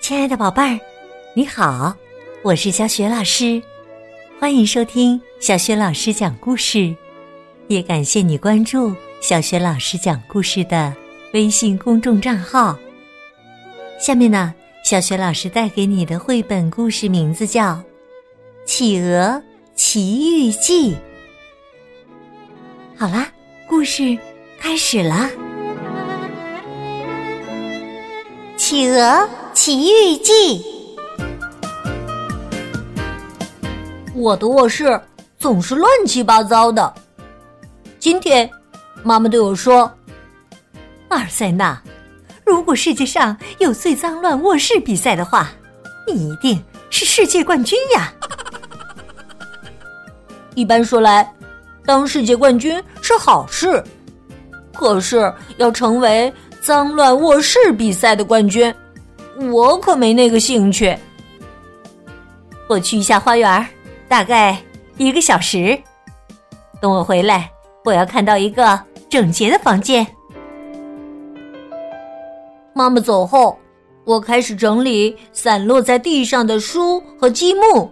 亲爱的宝贝儿，你好，我是小雪老师，欢迎收听小雪老师讲故事，也感谢你关注小雪老师讲故事的微信公众账号。下面呢，小雪老师带给你的绘本故事名字叫《企鹅奇遇记》。好啦，故事开始了。企鹅奇遇记。 我的卧室总是乱七八糟的。今天妈妈对我说， 阿尔塞纳，如果世界上有最脏乱卧室比赛的话，你一定是世界冠军呀。 一般说来，当世界冠军是好事，可是要成为脏乱卧室比赛的冠军，我可没那个兴趣。 我去一下花园，大概1个小时。等我回来，我要看到一个整洁的房间。 妈妈走后，我开始整理散落在地上的书和积木。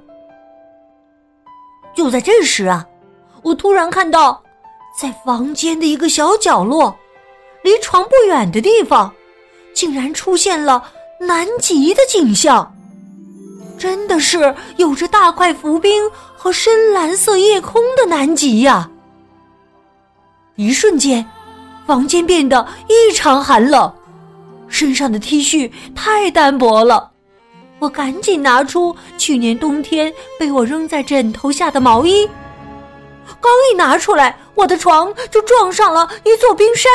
就在这时啊，我突然看到，在房间的一个小角落，离床不远的地方，竟然出现了南极的景象。真的是有着大块浮冰和深蓝色夜空的南极呀！一瞬间，房间变得异常寒冷，身上的 T 恤太单薄了。我赶紧拿出去年冬天被我扔在枕头下的毛衣，刚一拿出来，我的床就撞上了一座冰山。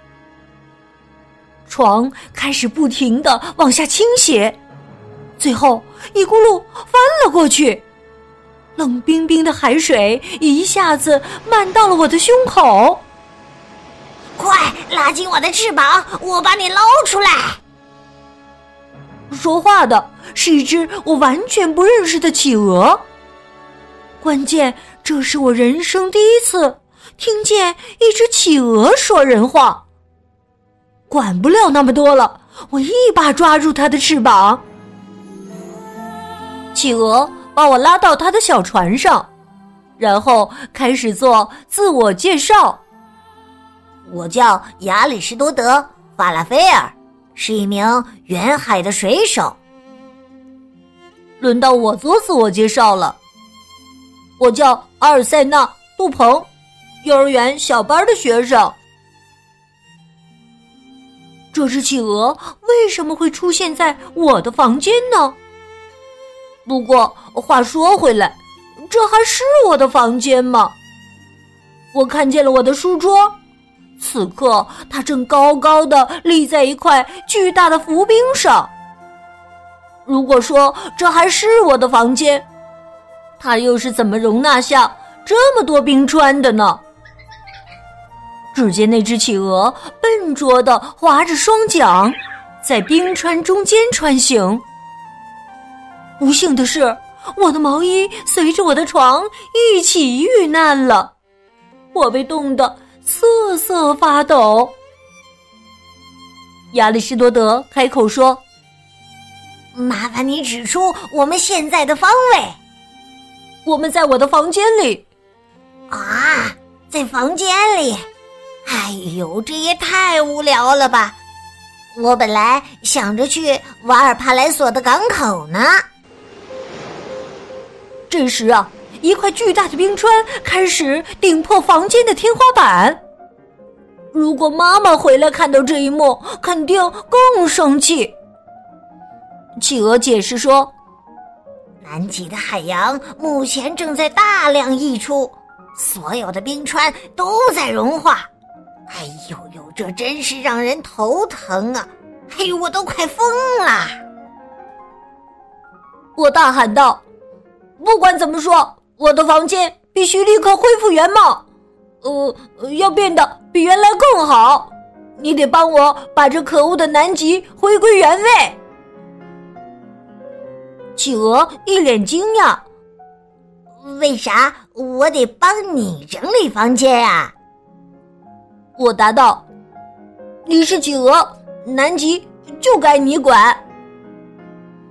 床开始不停地往下倾斜，最后一咕噜翻了过去，冷冰冰的海水一下子漫到了我的胸口。 快拉紧我的翅膀，我把你捞出来！ 说话的是一只我完全不认识的企鹅。关键这是我人生第一次听见一只企鹅说人话。管不了那么多了，我一把抓住它的翅膀。企鹅把我拉到它的小船上，然后开始做自我介绍。 我叫亚里士多德·法拉菲尔，是一名远海的水手。 轮到我做自我介绍了。我叫阿尔塞纳·杜鹏，幼儿园小班的学生。这只企鹅为什么会出现在我的房间呢？不过话说回来，这还是我的房间吗？我看见了我的书桌，此刻它正高高地立在一块巨大的浮冰上。如果说这还是我的房间，它又是怎么容纳下这么多冰川的呢？只见那只企鹅笨拙地划着双桨，在冰川中间穿行。不幸的是，我的毛衣随着我的床一起遇难了，我被冻得瑟瑟发抖。亚里士多德开口说， 麻烦你指出我们现在的方位。 我们在我的房间里。 啊，在房间里？哎呦，这也太无聊了吧！我本来想着去瓦尔帕莱索的港口呢。 这时啊，一块巨大的冰川开始顶破房间的天花板。如果妈妈回来看到这一幕，肯定更生气。企鹅解释说， 南极的海洋目前正在大量溢出，所有的冰川都在融化。哎呦呦，这真是让人头疼啊！哎呦，我都快疯了！ 我大喊道，不管怎么说，我的房间必须立刻恢复原貌，要变得比原来更好。你得帮我把这可恶的南极回归原位。企鹅一脸惊讶， 为啥我得帮你整理房间啊？ 我答道，你是企鹅，南极就该你管。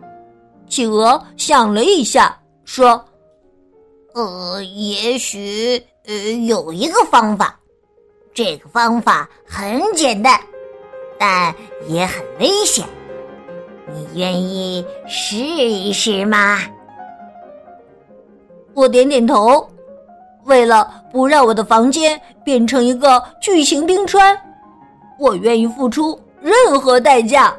企鹅想了一下，说：“ 也许有一个方法，这个方法很简单，但也很危险。你愿意试一试吗？” 我点点头。为了不让我的房间变成一个巨型冰川，我愿意付出任何代价。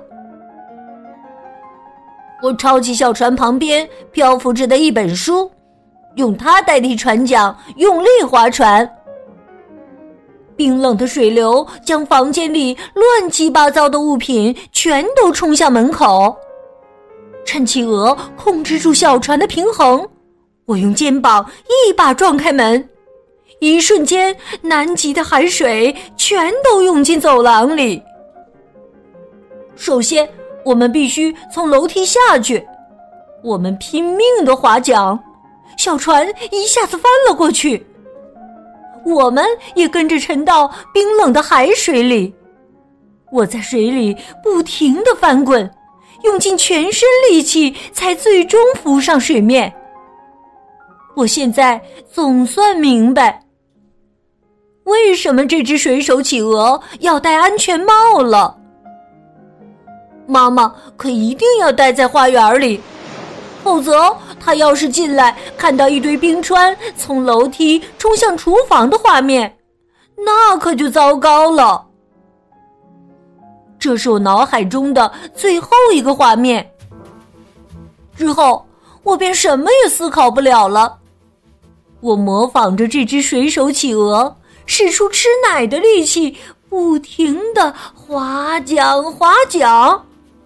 我抄起小船旁边漂浮着的一本书，用它代替船桨，用力划船。冰冷的水流将房间里乱七八糟的物品全都冲向门口。趁企鹅控制住小船的平衡，我用肩膀一把撞开门，一瞬间，南极的海水全都涌进走廊里。首先，我们必须从楼梯下去。我们拼命地划桨，小船一下子翻了过去。我们也跟着沉到冰冷的海水里。我在水里不停地翻滚，用尽全身力气才最终浮上水面。我现在总算明白，为什么这只水手企鹅要戴安全帽了。妈妈可一定要待在花园里，否则她要是进来看到一堆冰川从楼梯冲向厨房的画面，那可就糟糕了。这是我脑海中的最后一个画面，之后我便什么也思考不了了。我模仿着这只水手企鹅，使出吃奶的力气，不停地划桨划桨。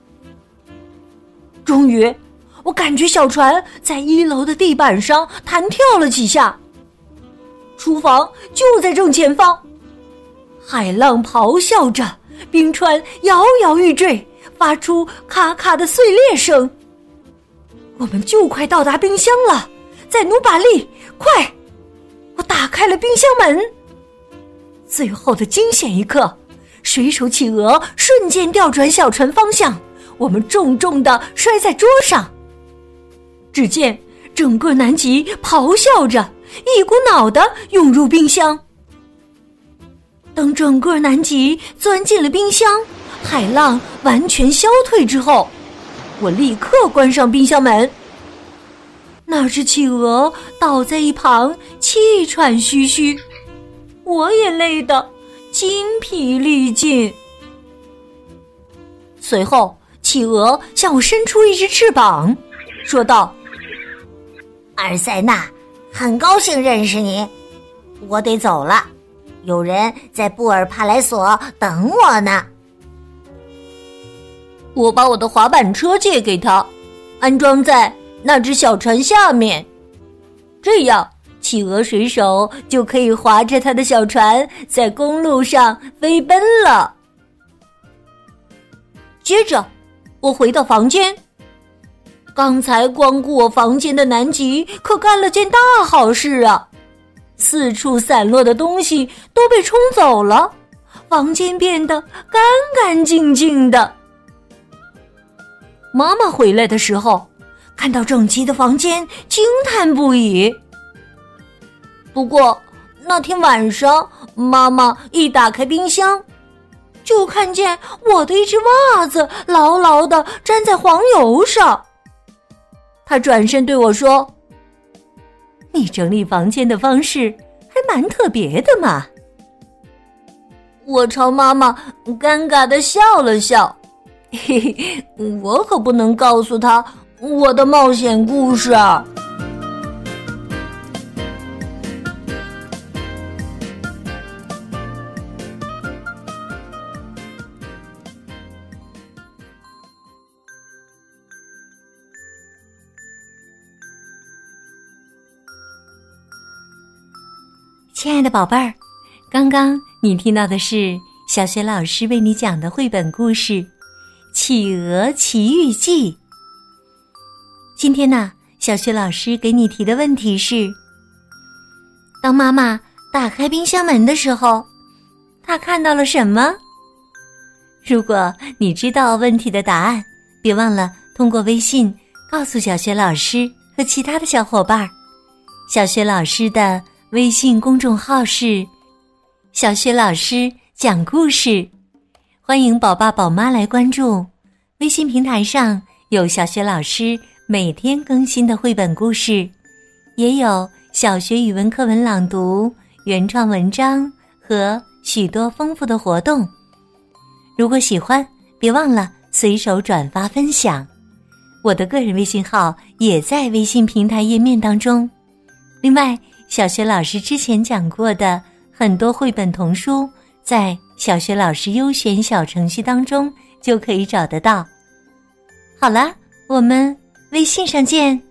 终于，我感觉小船在1楼的地板上弹跳了几下。厨房就在正前方，海浪咆哮着，冰川摇摇欲坠，发出咔咔的碎裂声。我们就快到达冰箱了，再努把力，快！我打开了冰箱门。最后的惊险一刻，水手企鹅瞬间调转小船方向，我们重重地摔在桌上。只见整个南极咆哮着，一股脑地涌入冰箱。等整个南极钻进了冰箱，海浪完全消退之后，我立刻关上冰箱门。那只企鹅倒在一旁，气喘吁吁，我也累得筋疲力尽。随后，企鹅向我伸出一只翅膀，说道：“ 阿塞纳，很高兴认识你，我得走了，有人在布尔帕莱索等我呢。” 我把我的滑板车借给他，安装在那只小船下面，这样企鹅水手就可以划着他的小船在公路上飞奔了。接着，我回到房间。刚才光顾我房间的南极可干了件大好事啊！四处散落的东西都被冲走了，房间变得干干净净的。妈妈回来的时候，看到整齐的房间，惊叹不已。不过那天晚上，妈妈一打开冰箱，就看见我的一只袜子牢牢地粘在黄油上。她转身对我说：“你整理房间的方式还蛮特别的嘛。”我朝妈妈尴尬地笑了笑，嘿嘿，我可不能告诉她我的冒险故事。 亲爱的宝贝儿，刚刚你听到的是小学老师为你讲的绘本故事《企鹅奇遇记》。今天呢，小学老师给你提的问题是：当妈妈打开冰箱门的时候，她看到了什么？如果你知道问题的答案，别忘了通过微信告诉小雪老师和其他的小伙伴。小雪老师的微信公众号是小雪老师讲故事，欢迎宝爸宝妈来关注。微信平台上有小雪老师每天更新的绘本故事，也有小学语文课文朗读、原创文章和许多丰富的活动。如果喜欢，别忘了随手转发分享。我的个人微信号也在微信平台页面当中。另外，小学老师之前讲过的很多绘本童书，在小学老师优选小程序当中就可以找得到。好了，我们微信上见。